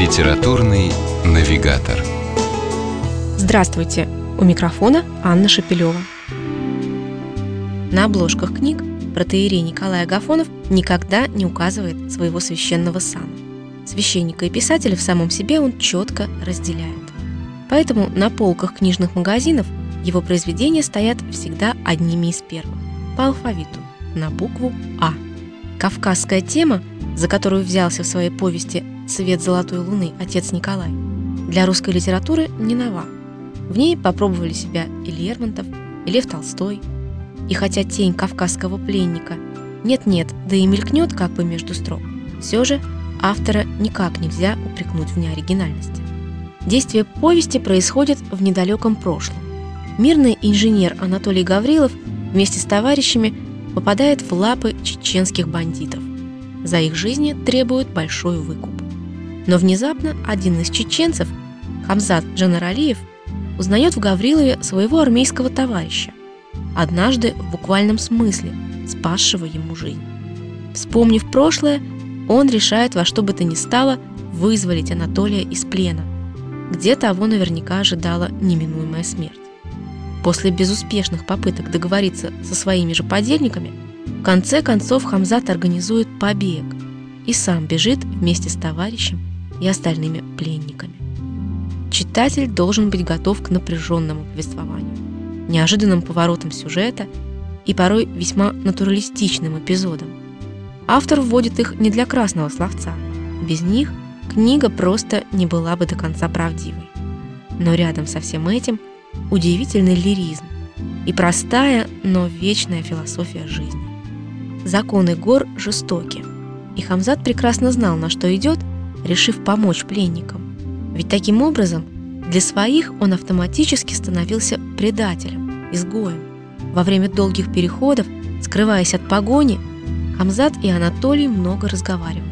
Литературный навигатор. Здравствуйте! У микрофона Анна Шапилева. На обложках книг протоиерей Николай Агафонов никогда не указывает своего священного сана. Священника и писателя в самом себе он четко разделяет. Поэтому на полках книжных магазинов его произведения стоят всегда одними из первых, по алфавиту, на букву «А». Кавказская тема, за которую взялся в своей повести «Свет золотой луны» отец Николай, для русской литературы не нова. В ней попробовали себя и Лермонтов, и Лев Толстой. И хотя тень кавказского пленника нет-нет, да и мелькнет как бы между строк, все же автора никак нельзя упрекнуть в неоригинальности. Действие повести происходит в недалеком прошлом. Мирный инженер Анатолий Гаврилов вместе с товарищами попадает в лапы чеченских бандитов. За их жизни требуют большой выкуп. Но внезапно один из чеченцев, Хамзат Джанаралиев, узнает в Гаврилове своего армейского товарища, однажды в буквальном смысле спасшего ему жизнь. Вспомнив прошлое, он решает во что бы то ни стало вызволить Анатолия из плена, где того наверняка ожидала неминуемая смерть. После безуспешных попыток договориться со своими же подельниками, в конце концов Хамзат организует побег и сам бежит вместе с товарищем и остальными пленниками. Читатель должен быть готов к напряженному повествованию, неожиданным поворотам сюжета и порой весьма натуралистичным эпизодам. Автор вводит их не для красного словца. Без них книга просто не была бы до конца правдивой. Но рядом со всем этим удивительный лиризм и простая, но вечная философия жизни. Законы гор жестоки, и Хамзат прекрасно знал, на что идет, решив помочь пленникам. Ведь таким образом для своих он автоматически становился предателем, изгоем. Во время долгих переходов, скрываясь от погони, Хамзат и Анатолий много разговаривают.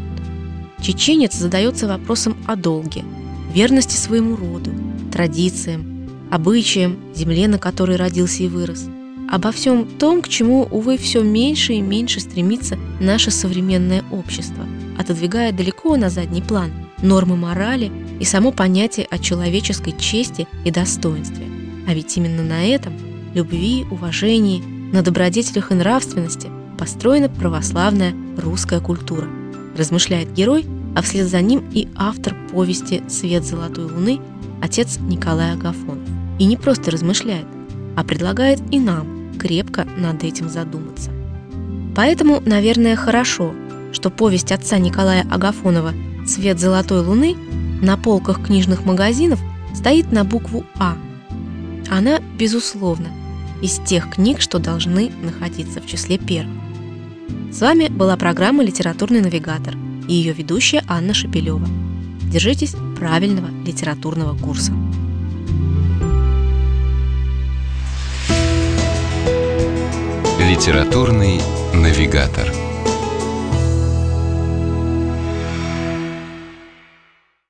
Чеченец задается вопросом о долге, верности своему роду, традициям, обычаям, земле, на которой родился и вырос. Обо всем том, к чему, увы, все меньше и меньше стремится наше современное общество, отодвигая далеко на задний план нормы морали и само понятие о человеческой чести и достоинстве. А ведь именно на этом, любви, уважении, на добродетелях и нравственности построена православная русская культура, размышляет герой, а вслед за ним и автор повести «Свет золотой луны» отец Николай Агафонов. И не просто размышляет, а предлагает и нам крепко над этим задуматься. Поэтому, наверное, хорошо, что повесть отца Николая Агафонова «Свет золотой луны» на полках книжных магазинов стоит на букву «А». Она, безусловно, из тех книг, что должны находиться в числе первых. С вами была программа «Литературный навигатор» и ее ведущая Анна Шапилева. Держитесь правильного литературного курса. Литературный навигатор.